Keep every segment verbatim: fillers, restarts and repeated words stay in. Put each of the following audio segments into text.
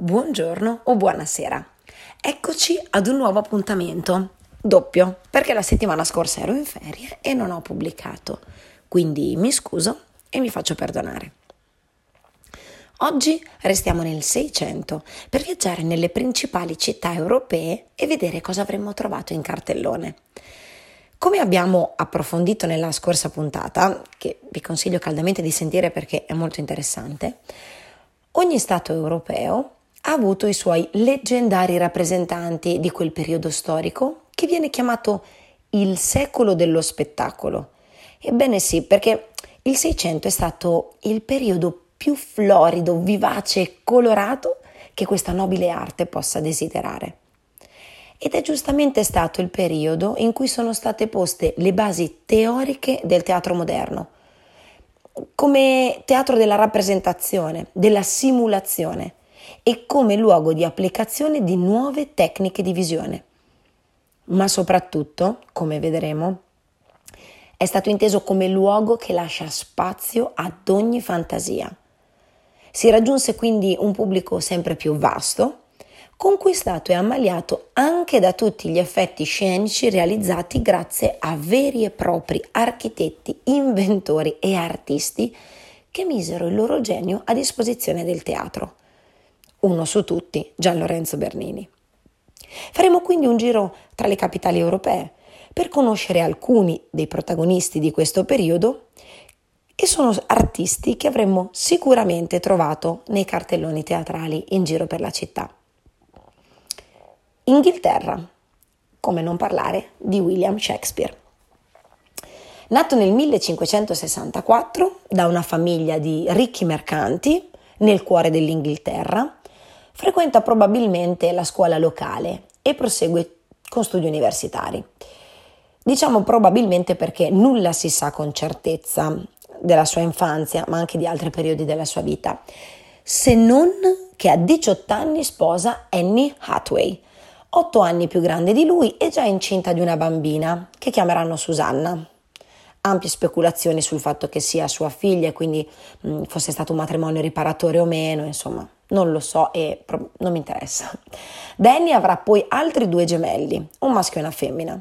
buongiorno o buonasera. Eccoci ad un nuovo appuntamento, doppio, perché la settimana scorsa ero in ferie e non ho pubblicato, quindi mi scuso e mi faccio perdonare. Oggi restiamo nel Seicento per viaggiare nelle principali città europee e vedere cosa avremmo trovato in cartellone. Come abbiamo approfondito nella scorsa puntata, che vi consiglio caldamente di sentire perché è molto interessante, ogni Stato europeo ha avuto i suoi leggendari rappresentanti di quel periodo storico che viene chiamato il secolo dello spettacolo. Ebbene sì, perché il Seicento è stato il periodo più florido, vivace e colorato che questa nobile arte possa desiderare. Ed è giustamente stato il periodo in cui sono state poste le basi teoriche del teatro moderno, come teatro della rappresentazione, della simulazione e come luogo di applicazione di nuove tecniche di visione. Ma soprattutto, come vedremo, è stato inteso come luogo che lascia spazio ad ogni fantasia. Si raggiunse quindi un pubblico sempre più vasto, conquistato e ammaliato anche da tutti gli effetti scenici realizzati grazie a veri e propri architetti, inventori e artisti che misero il loro genio a disposizione del teatro. Uno su tutti, Gian Lorenzo Bernini. Faremo quindi un giro tra le capitali europee per conoscere alcuni dei protagonisti di questo periodo e sono artisti che avremmo sicuramente trovato nei cartelloni teatrali in giro per la città. Inghilterra, come non parlare di William Shakespeare. Nato nel millecinquecentosessantaquattro da una famiglia di ricchi mercanti nel cuore dell'Inghilterra, frequenta probabilmente la scuola locale e prosegue con studi universitari. Diciamo probabilmente perché nulla si sa con certezza della sua infanzia, ma anche di altri periodi della sua vita, se non che a diciotto anni sposa Anne Hathaway, otto anni più grande di lui e già incinta di una bambina che chiameranno Susanna. Ampie speculazioni sul fatto che sia sua figlia e quindi mh, fosse stato un matrimonio riparatore o meno, insomma, non lo so e pro- non mi interessa. Danny avrà poi altri due gemelli, un maschio e una femmina.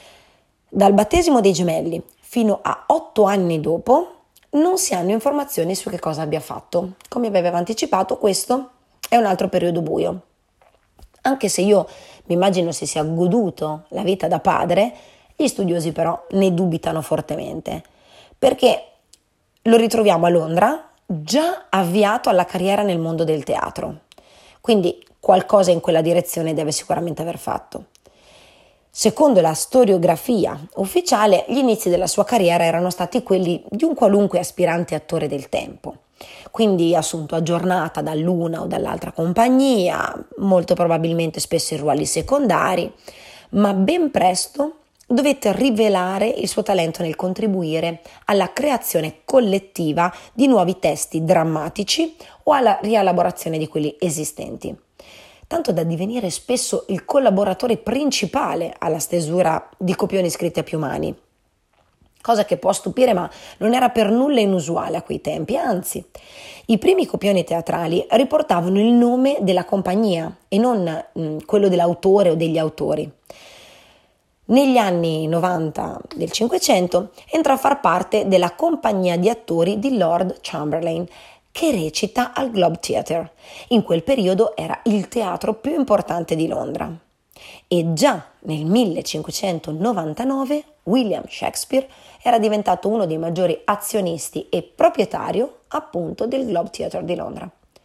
Dal battesimo dei gemelli fino a otto anni dopo non si hanno informazioni su che cosa abbia fatto. Come vi avevo anticipato, questo è un altro periodo buio. Anche se io mi immagino si sia goduto la vita da padre, gli studiosi però ne dubitano fortemente, perché lo ritroviamo a Londra già avviato alla carriera nel mondo del teatro, quindi qualcosa in quella direzione deve sicuramente aver fatto. Secondo la storiografia ufficiale, gli inizi della sua carriera erano stati quelli di un qualunque aspirante attore del tempo, quindi assunto a giornata dall'una o dall'altra compagnia, molto probabilmente spesso in ruoli secondari, ma ben presto dovette rivelare il suo talento nel contribuire alla creazione collettiva di nuovi testi drammatici o alla rielaborazione di quelli esistenti, tanto da divenire spesso il collaboratore principale alla stesura di copioni scritti a più mani. Cosa che può stupire, ma non era per nulla inusuale a quei tempi, anzi, i primi copioni teatrali riportavano il nome della compagnia e non mh, quello dell'autore o degli autori. Negli anni novanta del Cinquecento entra a far parte della compagnia di attori di Lord Chamberlain, che recita al Globe Theatre. In quel periodo era il teatro più importante di Londra. E già nel millecinquecentonovantanove William Shakespeare era diventato uno dei maggiori azionisti e proprietario appunto del Globe Theatre di Londra.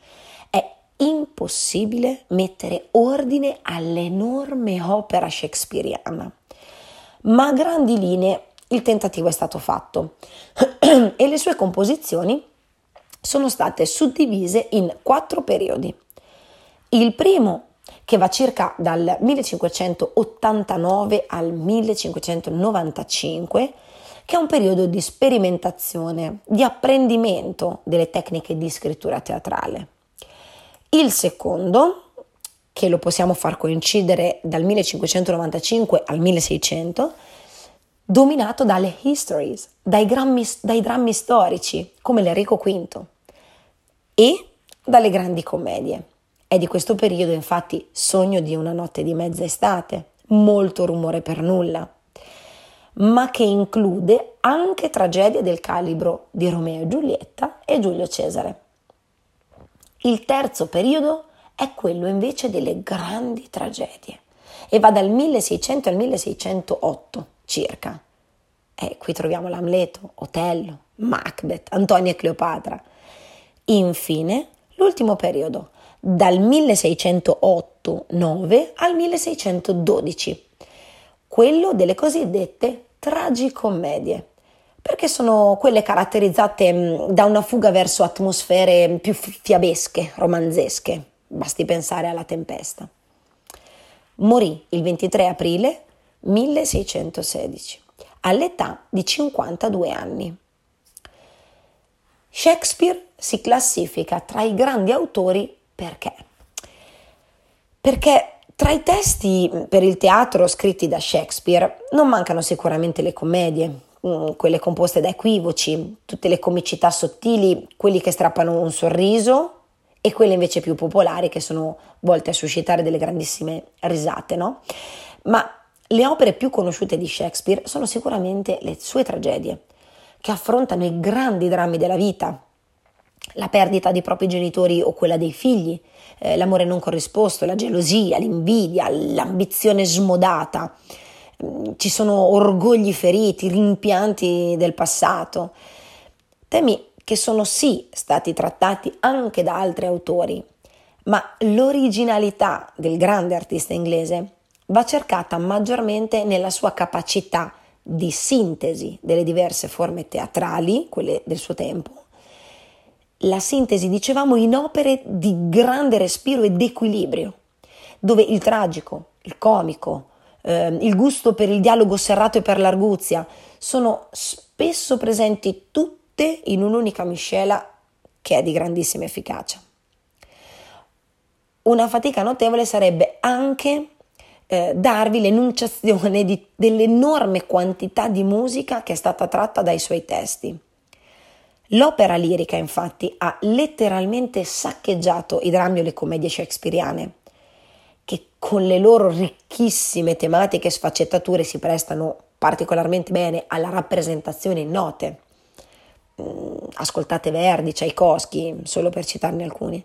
È impossibile mettere ordine all'enorme opera shakespeariana, ma a grandi linee il tentativo è stato fatto e le sue composizioni sono state suddivise in quattro periodi. Il primo, che va circa dal millecinquecentottantanove al millecinquecentonovantacinque, che è un periodo di sperimentazione, di apprendimento delle tecniche di scrittura teatrale. Il secondo, che lo possiamo far coincidere dal millecinquecentonovantacinque al milleseicento, dominato dalle histories, dai, grammi, dai drammi storici come l'Enrico quinto e dalle grandi commedie. È di questo periodo, infatti, Sogno di una notte di mezza estate, Molto rumore per nulla, ma che include anche tragedie del calibro di Romeo e Giulietta e Giulio Cesare. Il terzo periodo è quello invece delle grandi tragedie e va dal milleseicento al milleseicentotto circa. E qui troviamo l'Amleto, Otello, Macbeth, Antonio e Cleopatra. Infine, l'ultimo periodo, dal milleseicentotto nove al milleseicentododici, quello delle cosiddette tragicommedie, perché sono quelle caratterizzate da una fuga verso atmosfere più fiabesche, romanzesche. Basti pensare alla Tempesta. Morì il ventitré aprile milleseicentosedici, all'età di cinquantadue anni. Shakespeare si classifica tra i grandi autori perché? Perché tra i testi per il teatro scritti da Shakespeare non mancano sicuramente le commedie, quelle composte da equivoci, tutte le comicità sottili, quelli che strappano un sorriso e quelle invece più popolari che sono volte a suscitare delle grandissime risate, no? Ma le opere più conosciute di Shakespeare sono sicuramente le sue tragedie, che affrontano i grandi drammi della vita, la perdita dei propri genitori o quella dei figli, eh, l'amore non corrisposto, la gelosia, l'invidia, l'ambizione smodata. Ci sono orgogli feriti, rimpianti del passato, temi che sono sì stati trattati anche da altri autori, ma l'originalità del grande artista inglese va cercata maggiormente nella sua capacità di sintesi delle diverse forme teatrali, quelle del suo tempo. La sintesi, dicevamo, in opere di grande respiro ed equilibrio, dove il tragico, il comico, eh, il gusto per il dialogo serrato e per l'arguzia sono spesso presenti tutte in un'unica miscela che è di grandissima efficacia. Una fatica notevole sarebbe anche eh, darvi l'enunciazione di, dell'enorme quantità di musica che è stata tratta dai suoi testi. L'opera lirica, infatti, ha letteralmente saccheggiato i drammi o le commedie shakespeariane, che con le loro ricchissime tematiche e sfaccettature si prestano particolarmente bene alla rappresentazione in note. Ascoltate Verdi, Tchaikovsky, solo per citarne alcuni.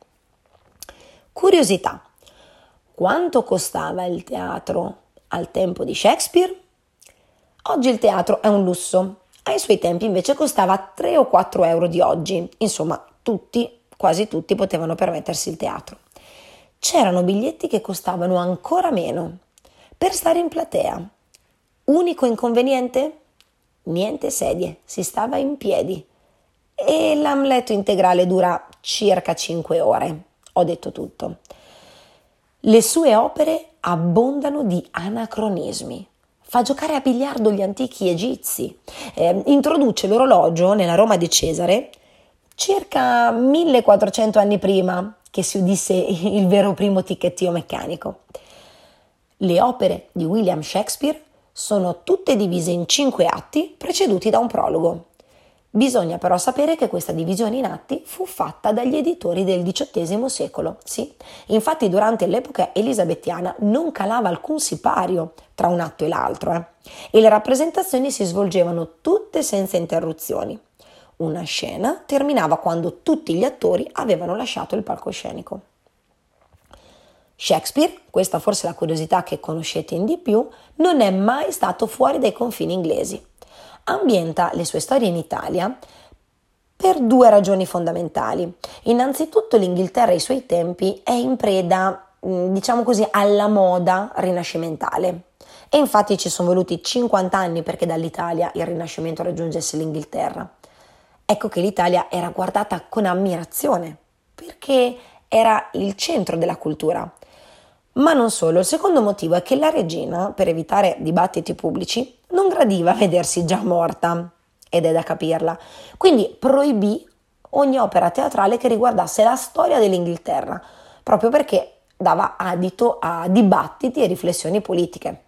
Curiosità: quanto costava il teatro al tempo di Shakespeare? Oggi il teatro è un lusso, ai suoi tempi invece costava tre o quattro euro di oggi, insomma tutti, quasi tutti potevano permettersi il teatro. C'erano biglietti che costavano ancora meno, per stare in platea. Unico inconveniente? Niente sedie, si stava in piedi e l'Amleto integrale dura circa cinque ore. Ho detto tutto. Le sue opere abbondano di anacronismi. Fa giocare a biliardo gli antichi egizi, eh, introduce l'orologio nella Roma di Cesare circa millequattrocento anni prima che si udisse il vero primo ticchettio meccanico. Le opere di William Shakespeare sono tutte divise in cinque atti preceduti da un prologo. Bisogna però sapere che questa divisione in atti fu fatta dagli editori del diciottesimo secolo. Sì, infatti durante l'epoca elisabettiana non calava alcun sipario tra un atto e l'altro eh, e le rappresentazioni si svolgevano tutte senza interruzioni. Una scena terminava quando tutti gli attori avevano lasciato il palcoscenico. Shakespeare, questa forse è la curiosità che conoscete in di più, non è mai stato fuori dai confini inglesi. Ambienta le sue storie in Italia per due ragioni fondamentali. Innanzitutto l'Inghilterra ai suoi tempi è in preda, diciamo così, alla moda rinascimentale. E infatti ci sono voluti cinquanta anni perché dall'Italia il Rinascimento raggiungesse l'Inghilterra. Ecco che l'Italia era guardata con ammirazione perché era il centro della cultura. Ma non solo, il secondo motivo è che la regina, per evitare dibattiti pubblici, non gradiva vedersi già morta, ed è da capirla. Quindi proibì ogni opera teatrale che riguardasse la storia dell'Inghilterra, proprio perché dava adito a dibattiti e riflessioni politiche.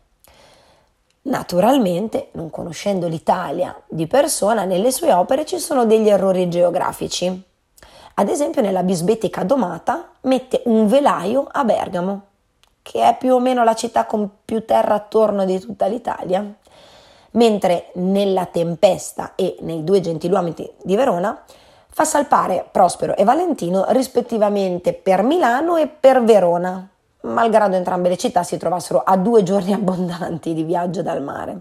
Naturalmente, non conoscendo l'Italia di persona, nelle sue opere ci sono degli errori geografici. Ad esempio nella bisbetica domata mette un velaio a Bergamo, che è più o meno la città con più terra attorno di tutta l'Italia, mentre nella Tempesta e nei Due gentiluomini di Verona fa salpare Prospero e Valentino rispettivamente per Milano e per Verona, malgrado entrambe le città si trovassero a due giorni abbondanti di viaggio dal mare.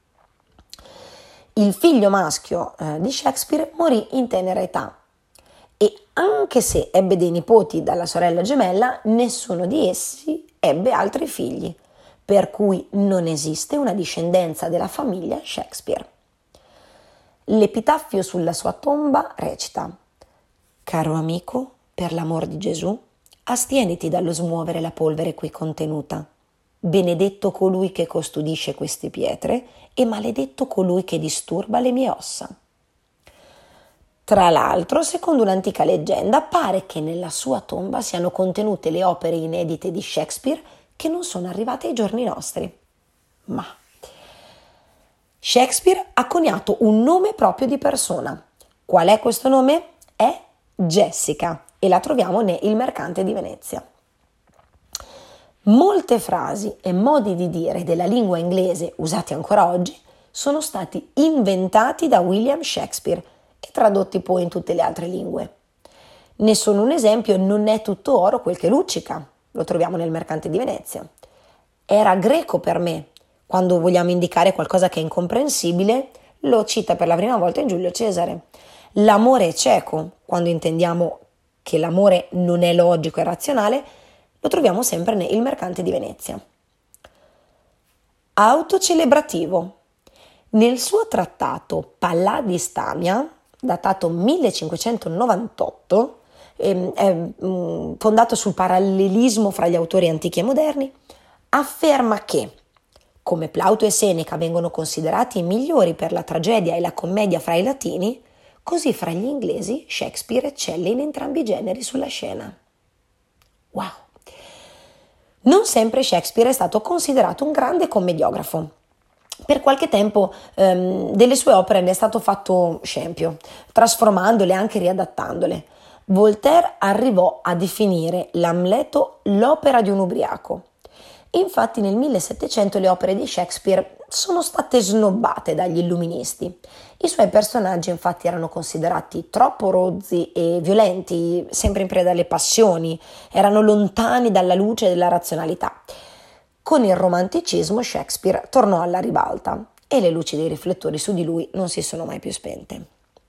Il figlio maschio eh, di Shakespeare morì in tenera età e anche se ebbe dei nipoti dalla sorella gemella, nessuno di essi ebbe altri figli, per cui non esiste una discendenza della famiglia Shakespeare. L'epitaffio sulla sua tomba recita: «Caro amico, per l'amor di Gesù, astieniti dallo smuovere la polvere qui contenuta. Benedetto colui che custodisce queste pietre e maledetto colui che disturba le mie ossa». Tra l'altro, secondo un'antica leggenda, pare che nella sua tomba siano contenute le opere inedite di Shakespeare che non sono arrivate ai giorni nostri. Ma Shakespeare ha coniato un nome proprio di persona. Qual è questo nome? È Jessica e la troviamo ne Il mercante di Venezia. Molte frasi e modi di dire della lingua inglese usati ancora oggi sono stati inventati da William Shakespeare e tradotti poi in tutte le altre lingue. Ne sono un esempio: non è tutto oro quel che luccica, lo troviamo nel mercante di Venezia. Era greco per me. Quando vogliamo indicare qualcosa che è incomprensibile, lo cita per la prima volta in Giulio Cesare. L'amore è cieco, quando intendiamo che l'amore non è logico e razionale, lo troviamo sempre nel mercante di Venezia. Autocelebrativo. Nel suo trattato Palladis Tamia, datato millecinquecentonovantotto, ehm, è mh, fondato sul parallelismo fra gli autori antichi e moderni, afferma che, come Plauto e Seneca vengono considerati i migliori per la tragedia e la commedia fra i latini, così fra gli inglesi Shakespeare eccelle in entrambi i generi sulla scena. Wow! Non sempre Shakespeare è stato considerato un grande commediografo. Per qualche tempo ehm, delle sue opere ne è stato fatto scempio, trasformandole e anche riadattandole. Voltaire arrivò a definire l'Amleto l'opera di un ubriaco. Infatti nel millesettecento le opere di Shakespeare sono state snobbate dagli illuministi. I suoi personaggi infatti erano considerati troppo rozzi e violenti, sempre in preda alle passioni, erano lontani dalla luce e dalla razionalità. Con il romanticismo Shakespeare tornò alla ribalta e le luci dei riflettori su di lui non si sono mai più spente.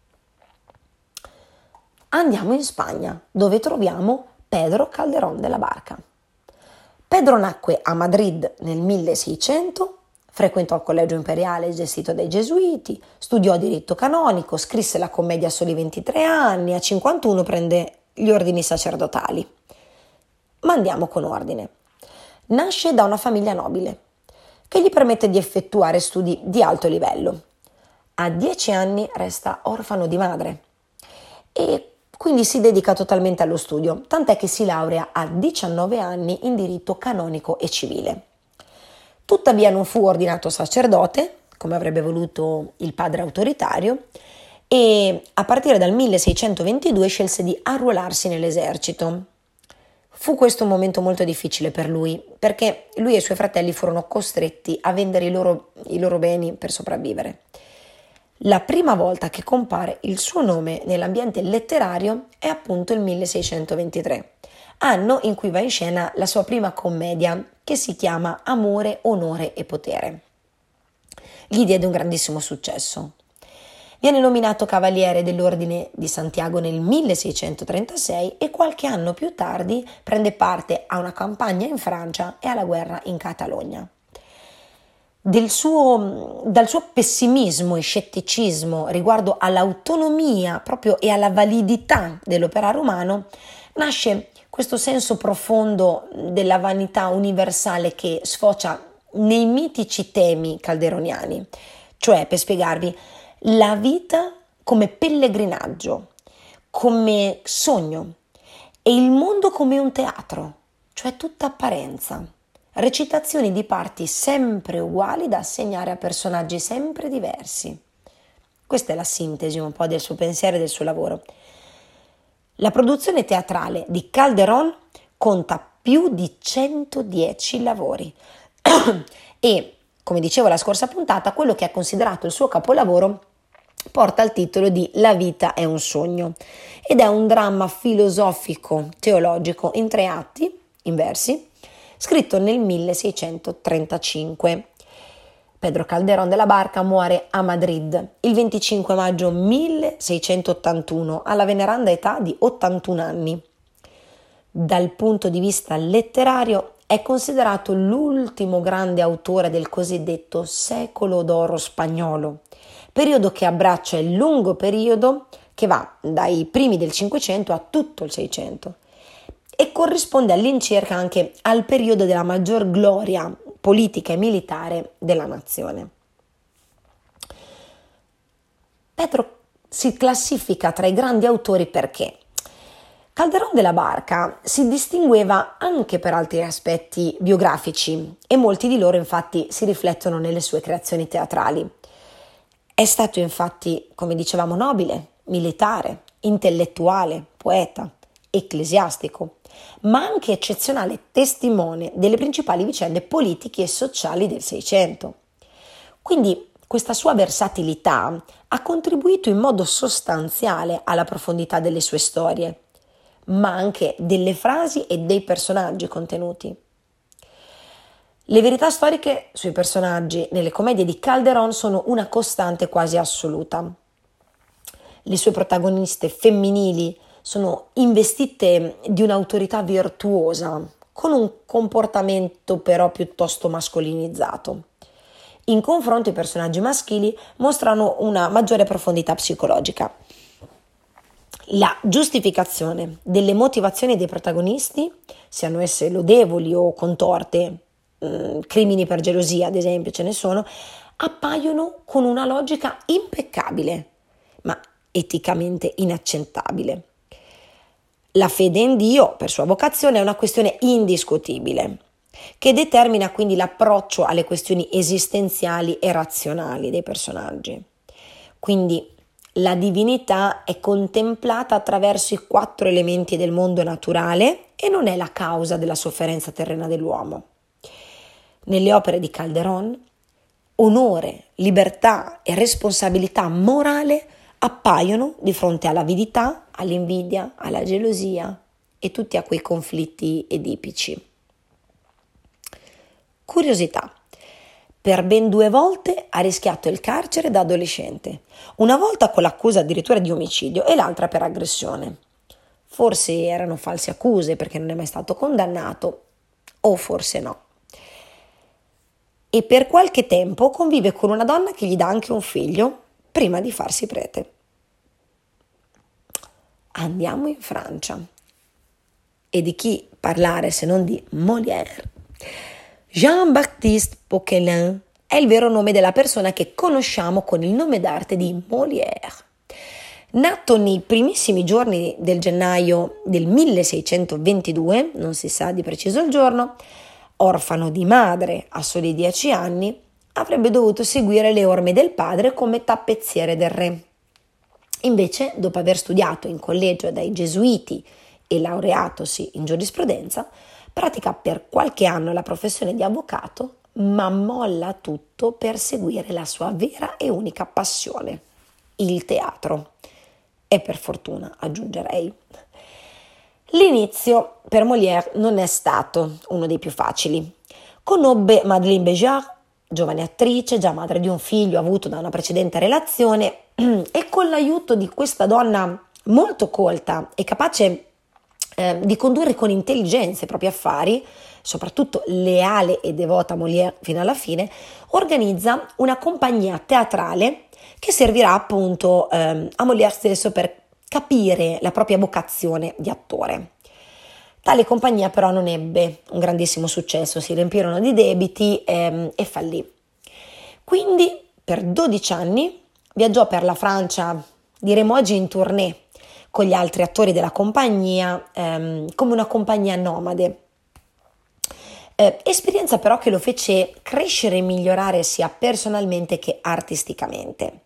Andiamo in Spagna, dove troviamo Pedro Calderón de la Barca. Pedro nacque a Madrid nel milleseicento, frequentò il collegio imperiale gestito dai gesuiti, studiò diritto canonico, scrisse la commedia a soli ventitré anni, a cinquantuno prende gli ordini sacerdotali. Ma andiamo con ordine. Nasce da una famiglia nobile, che gli permette di effettuare studi di alto livello. A dieci anni resta orfano di madre e quindi si dedica totalmente allo studio, tant'è che si laurea a diciannove anni in diritto canonico e civile. Tuttavia non fu ordinato sacerdote, come avrebbe voluto il padre autoritario, e a partire dal milleseicentoventidue scelse di arruolarsi nell'esercito. Fu questo un momento molto difficile per lui, perché lui e i suoi fratelli furono costretti a vendere i loro, i loro beni per sopravvivere. La prima volta che compare il suo nome nell'ambiente letterario è appunto il milleseicentoventitré, anno in cui va in scena la sua prima commedia, che si chiama Amore, onore e potere. Gli diede un grandissimo successo. Viene nominato Cavaliere dell'Ordine di Santiago nel milleseicentotrentasei e qualche anno più tardi prende parte a una campagna in Francia e alla guerra in Catalogna. Del suo, dal suo pessimismo e scetticismo riguardo all'autonomia proprio e alla validità dell'operare umano nasce questo senso profondo della vanità universale che sfocia nei mitici temi calderoniani, cioè, per spiegarvi, la vita come pellegrinaggio, come sogno e il mondo come un teatro, cioè tutta apparenza. Recitazioni di parti sempre uguali da assegnare a personaggi sempre diversi. Questa è la sintesi un po' del suo pensiero e del suo lavoro. La produzione teatrale di Calderón conta più di centodieci lavori e, come dicevo la scorsa puntata, quello che è considerato il suo capolavoro porta il titolo di La vita è un sogno ed è un dramma filosofico teologico in tre atti, in versi, scritto nel milleseicentotrentacinque. Pedro Calderón de la Barca muore a Madrid il venticinque maggio milleseicentottantuno alla veneranda età di ottantuno anni. Dal punto di vista letterario è considerato l'ultimo grande autore del cosiddetto secolo d'oro spagnolo, periodo che abbraccia il lungo periodo che va dai primi del Cinquecento a tutto il Seicento e corrisponde all'incirca anche al periodo della maggior gloria politica e militare della nazione. Pedro si classifica tra i grandi autori perché Calderón de la Barca si distingueva anche per altri aspetti biografici e molti di loro infatti si riflettono nelle sue creazioni teatrali. È stato infatti, come dicevamo, nobile, militare, intellettuale, poeta, ecclesiastico, ma anche eccezionale testimone delle principali vicende politiche e sociali del Seicento. Quindi questa sua versatilità ha contribuito in modo sostanziale alla profondità delle sue storie, ma anche delle frasi e dei personaggi contenuti. Le verità storiche sui personaggi nelle commedie di Calderón sono una costante quasi assoluta. Le sue protagoniste femminili sono investite di un'autorità virtuosa, con un comportamento però piuttosto mascolinizzato. In confronto i personaggi maschili mostrano una maggiore profondità psicologica. La giustificazione delle motivazioni dei protagonisti, siano esse lodevoli o contorte, mh, crimini per gelosia ad esempio ce ne sono, appaiono con una logica impeccabile, ma eticamente inaccettabile. La fede in Dio, per sua vocazione, è una questione indiscutibile, che determina quindi l'approccio alle questioni esistenziali e razionali dei personaggi. Quindi la divinità è contemplata attraverso i quattro elementi del mondo naturale e non è la causa della sofferenza terrena dell'uomo. Nelle opere di Calderón, onore, libertà e responsabilità morale appaiono di fronte all'avidità, all'invidia, alla gelosia e tutti a quei conflitti edipici. Curiosità. Per ben due volte ha rischiato il carcere da adolescente, una volta con l'accusa addirittura di omicidio e l'altra per aggressione. Forse erano false accuse perché non è mai stato condannato, o forse no. E per qualche tempo convive con una donna che gli dà anche un figlio prima di farsi prete. Andiamo in Francia. E di chi parlare se non di Molière? Jean-Baptiste Poquelin è il vero nome della persona che conosciamo con il nome d'arte di Molière. Nato nei primissimi giorni del gennaio del milleseicentoventidue, non si sa di preciso il giorno, orfano di madre a soli dieci anni, avrebbe dovuto seguire le orme del padre come tappezziere del re. Invece, dopo aver studiato in collegio dai gesuiti e laureatosi in giurisprudenza, pratica per qualche anno la professione di avvocato, ma molla tutto per seguire la sua vera e unica passione, il teatro. E per fortuna, aggiungerei. L'inizio per Molière non è stato uno dei più facili. Conobbe Madeleine Béjart, giovane attrice, già madre di un figlio avuto da una precedente relazione, e con l'aiuto di questa donna molto colta e capace eh, di condurre con intelligenza i propri affari, soprattutto leale e devota a Molière fino alla fine, organizza una compagnia teatrale che servirà appunto eh, a Molière stesso per capire la propria vocazione di attore. Tale compagnia però non ebbe un grandissimo successo, si riempirono di debiti ehm, e fallì. Quindi per dodici anni viaggiò per la Francia, diremo oggi in tournée, con gli altri attori della compagnia, ehm, come una compagnia nomade. Eh, esperienza però che lo fece crescere e migliorare sia personalmente che artisticamente.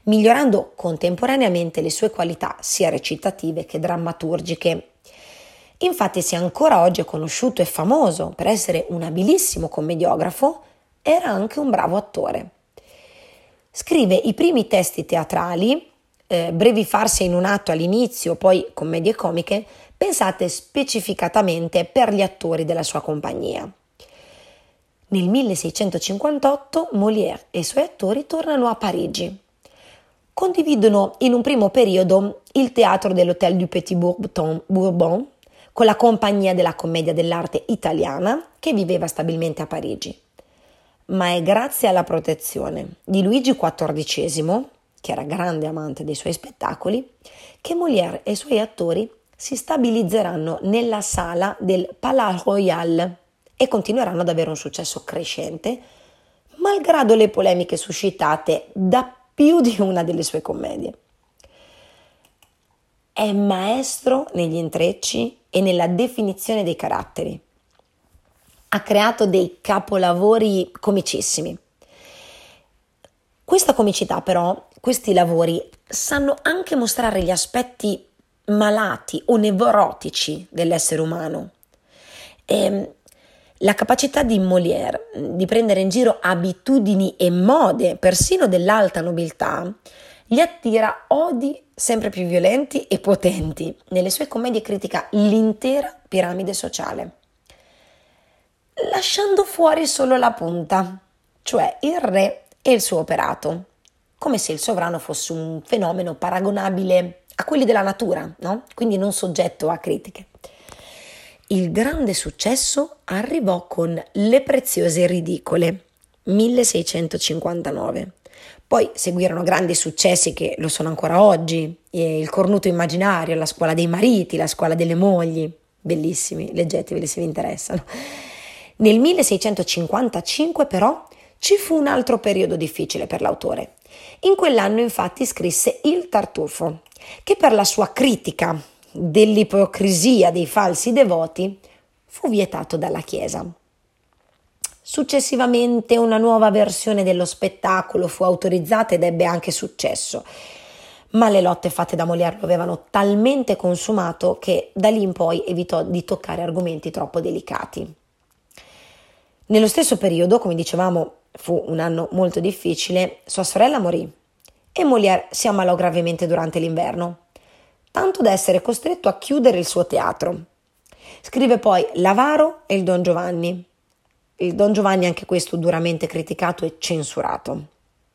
migliorando contemporaneamente le sue qualità sia recitative che drammaturgiche. Infatti, se ancora oggi è conosciuto e famoso per essere un abilissimo commediografo, era anche un bravo attore. Scrive i primi testi teatrali, eh, brevi farse in un atto all'inizio, poi commedie comiche, pensate specificatamente per gli attori della sua compagnia. Nel milleseicentocinquantotto Molière e i suoi attori tornano a Parigi. Condividono in un primo periodo il teatro dell'Hôtel du Petit Bourbon con la Compagnia della Commedia dell'Arte Italiana che viveva stabilmente a Parigi. Ma è grazie alla protezione di Luigi quattordicesimo, che era grande amante dei suoi spettacoli, che Molière e i suoi attori si stabilizzeranno nella sala del Palais Royal e continueranno ad avere un successo crescente, malgrado le polemiche suscitate da più di una delle sue commedie. È maestro negli intrecci e nella definizione dei caratteri. Ha creato dei capolavori comicissimi. Questa comicità, però, questi lavori sanno anche mostrare gli aspetti malati o nevrotici dell'essere umano. E la capacità di Molière di prendere in giro abitudini e mode, persino dell'alta nobiltà, gli attira odi sempre più violenti e potenti. Nelle sue commedie critica l'intera piramide sociale, lasciando fuori solo la punta, cioè il re e il suo operato, come se il sovrano fosse un fenomeno paragonabile a quelli della natura, no? Quindi non soggetto a critiche. Il grande successo arrivò con Le preziose ridicole, milleseicentocinquantanove. Poi seguirono grandi successi che lo sono ancora oggi, Il cornuto immaginario, La scuola dei mariti, La scuola delle mogli, bellissimi, leggeteveli se vi interessano. Nel milleseicentocinquantacinque però ci fu un altro periodo difficile per l'autore. In quell'anno infatti scrisse Il Tartufo, che per la sua critica dell'ipocrisia dei falsi devoti fu vietato dalla Chiesa. Successivamente una nuova versione dello spettacolo fu autorizzata ed ebbe anche successo, ma le lotte fatte da Molière lo avevano talmente consumato che da lì in poi evitò di toccare argomenti troppo delicati. Nello stesso periodo, come dicevamo, fu un anno molto difficile, sua sorella morì e Molière si ammalò gravemente durante l'inverno, tanto da essere costretto a chiudere il suo teatro. Scrive poi L'Avaro e il Don Giovanni. Il Don Giovanni, anche questo duramente criticato e censurato.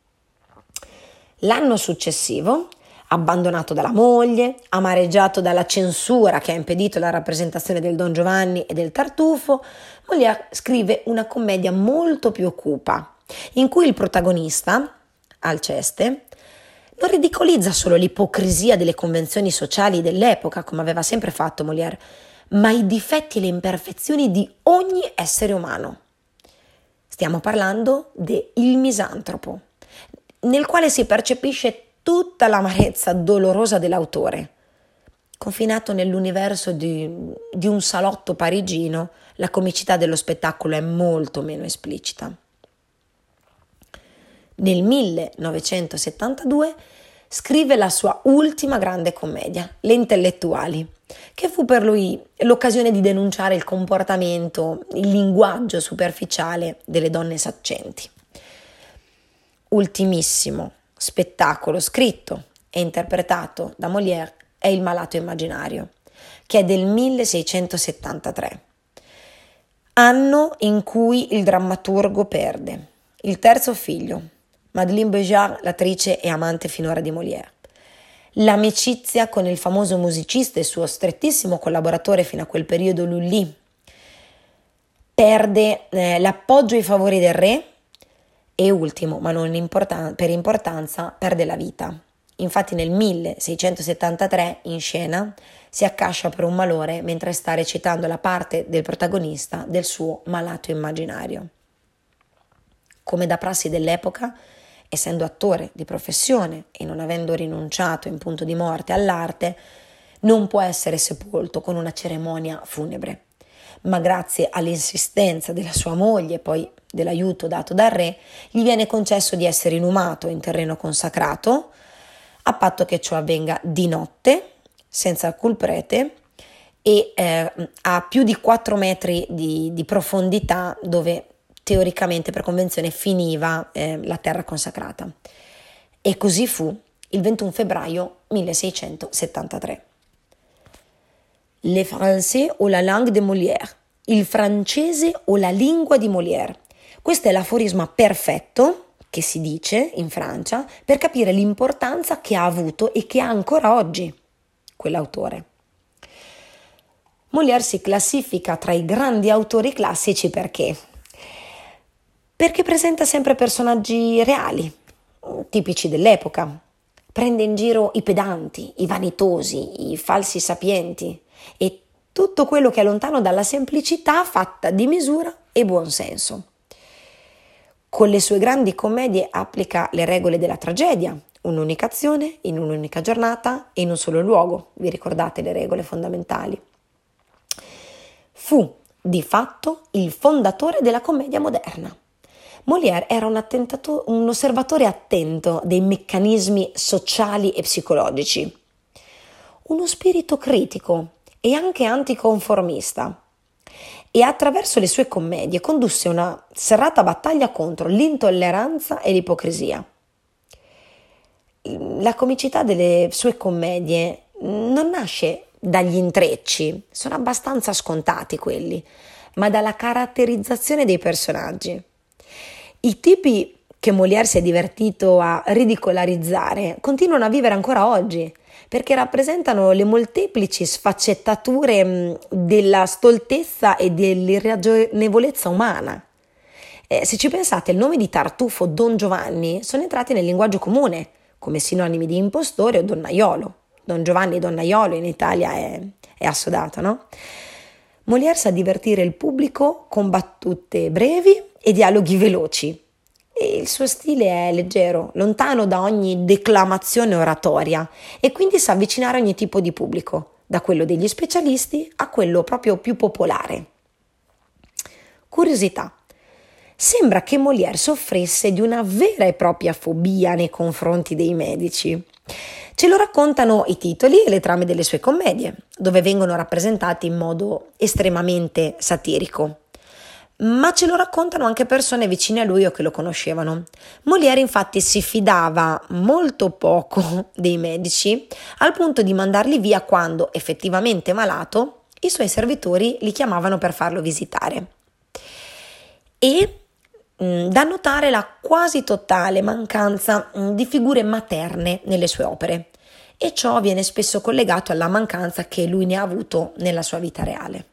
L'anno successivo, abbandonato dalla moglie, amareggiato dalla censura che ha impedito la rappresentazione del Don Giovanni e del Tartufo, Molière scrive una commedia molto più cupa, in cui il protagonista, Alceste, non ridicolizza solo l'ipocrisia delle convenzioni sociali dell'epoca, come aveva sempre fatto Molière, ma i difetti e le imperfezioni di ogni essere umano. Stiamo parlando de Il Misantropo, nel quale si percepisce tutta l'amarezza dolorosa dell'autore. Confinato nell'universo di, di un salotto parigino, la comicità dello spettacolo è molto meno esplicita. Nel millenovecentosettantadue scrive la sua ultima grande commedia, Le Intellettuali, che fu per lui l'occasione di denunciare il comportamento, il linguaggio superficiale delle donne saccenti. Ultimissimo spettacolo scritto e interpretato da Molière è Il Malato Immaginario, che è del milleseicentosettantatré, anno in cui il drammaturgo perde il terzo figlio, Madeleine Béjart, l'attrice e amante finora di Molière. L'amicizia con il famoso musicista e suo strettissimo collaboratore fino a quel periodo, Lully, perde eh, l'appoggio e i favori del re e ultimo, ma non importan- per importanza, perde la vita. Infatti nel milleseicentosettantatré in scena si accascia per un malore mentre sta recitando la parte del protagonista del suo Malato Immaginario. Come da prassi dell'epoca, essendo attore di professione e non avendo rinunciato in punto di morte all'arte, non può essere sepolto con una cerimonia funebre, ma grazie all'insistenza della sua moglie e poi dell'aiuto dato dal re, gli viene concesso di essere inumato in terreno consacrato a patto che ciò avvenga di notte, senza alcun prete, e eh, a più di quattro metri di, di profondità, dove teoricamente per convenzione finiva eh, la terra consacrata. E così fu il ventuno febbraio milleseicentosettantatré. Le français o la langue de Molière, il francese o la lingua di Molière. Questo è l'aforisma perfetto che si dice in Francia per capire l'importanza che ha avuto e che ha ancora oggi quell'autore. Molière si classifica tra i grandi autori classici perché? Perché presenta sempre personaggi reali, tipici dell'epoca. Prende in giro i pedanti, i vanitosi, i falsi sapienti e tutto quello che è lontano dalla semplicità fatta di misura e buonsenso. Con le sue grandi commedie applica le regole della tragedia, un'unica azione, in un'unica giornata e in un solo luogo. Vi ricordate le regole fondamentali? Fu, di fatto, il fondatore della commedia moderna. Molière era un, un osservatore attento dei meccanismi sociali e psicologici. Uno spirito critico e anche anticonformista. E attraverso le sue commedie condusse una serrata battaglia contro l'intolleranza e l'ipocrisia. La comicità delle sue commedie non nasce dagli intrecci, sono abbastanza scontati quelli, ma dalla caratterizzazione dei personaggi. I tipi che Molière si è divertito a ridicolarizzare continuano a vivere ancora oggi, perché rappresentano le molteplici sfaccettature della stoltezza e dell'irragionevolezza umana. Eh, se ci pensate, il nome di Tartufo, Don Giovanni, sono entrati nel linguaggio comune, come sinonimi di impostore o donnaiolo. Don Giovanni donnaiolo in Italia è, è assodato, no? Molière sa divertire il pubblico con battute brevi e dialoghi veloci. E il suo stile è leggero, lontano da ogni declamazione oratoria e quindi sa avvicinare ogni tipo di pubblico, da quello degli specialisti a quello proprio più popolare. Curiosità. Sembra che Molière soffrisse di una vera e propria fobia nei confronti dei medici. Ce lo raccontano i titoli e le trame delle sue commedie, dove vengono rappresentati in modo estremamente satirico. Ma ce lo raccontano anche persone vicine a lui o che lo conoscevano. Molière infatti si fidava molto poco dei medici, al punto di mandarli via quando, effettivamente malato, i suoi servitori li chiamavano per farlo visitare. E mh, da notare la quasi totale mancanza mh, di figure materne nelle sue opere, e ciò viene spesso collegato alla mancanza che lui ne ha avuto nella sua vita reale.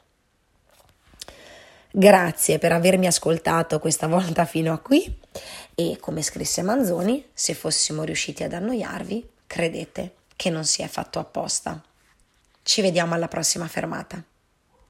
Grazie per avermi ascoltato questa volta fino a qui e, come scrisse Manzoni, se fossimo riusciti ad annoiarvi, credete che non si è fatto apposta. Ci vediamo alla prossima fermata.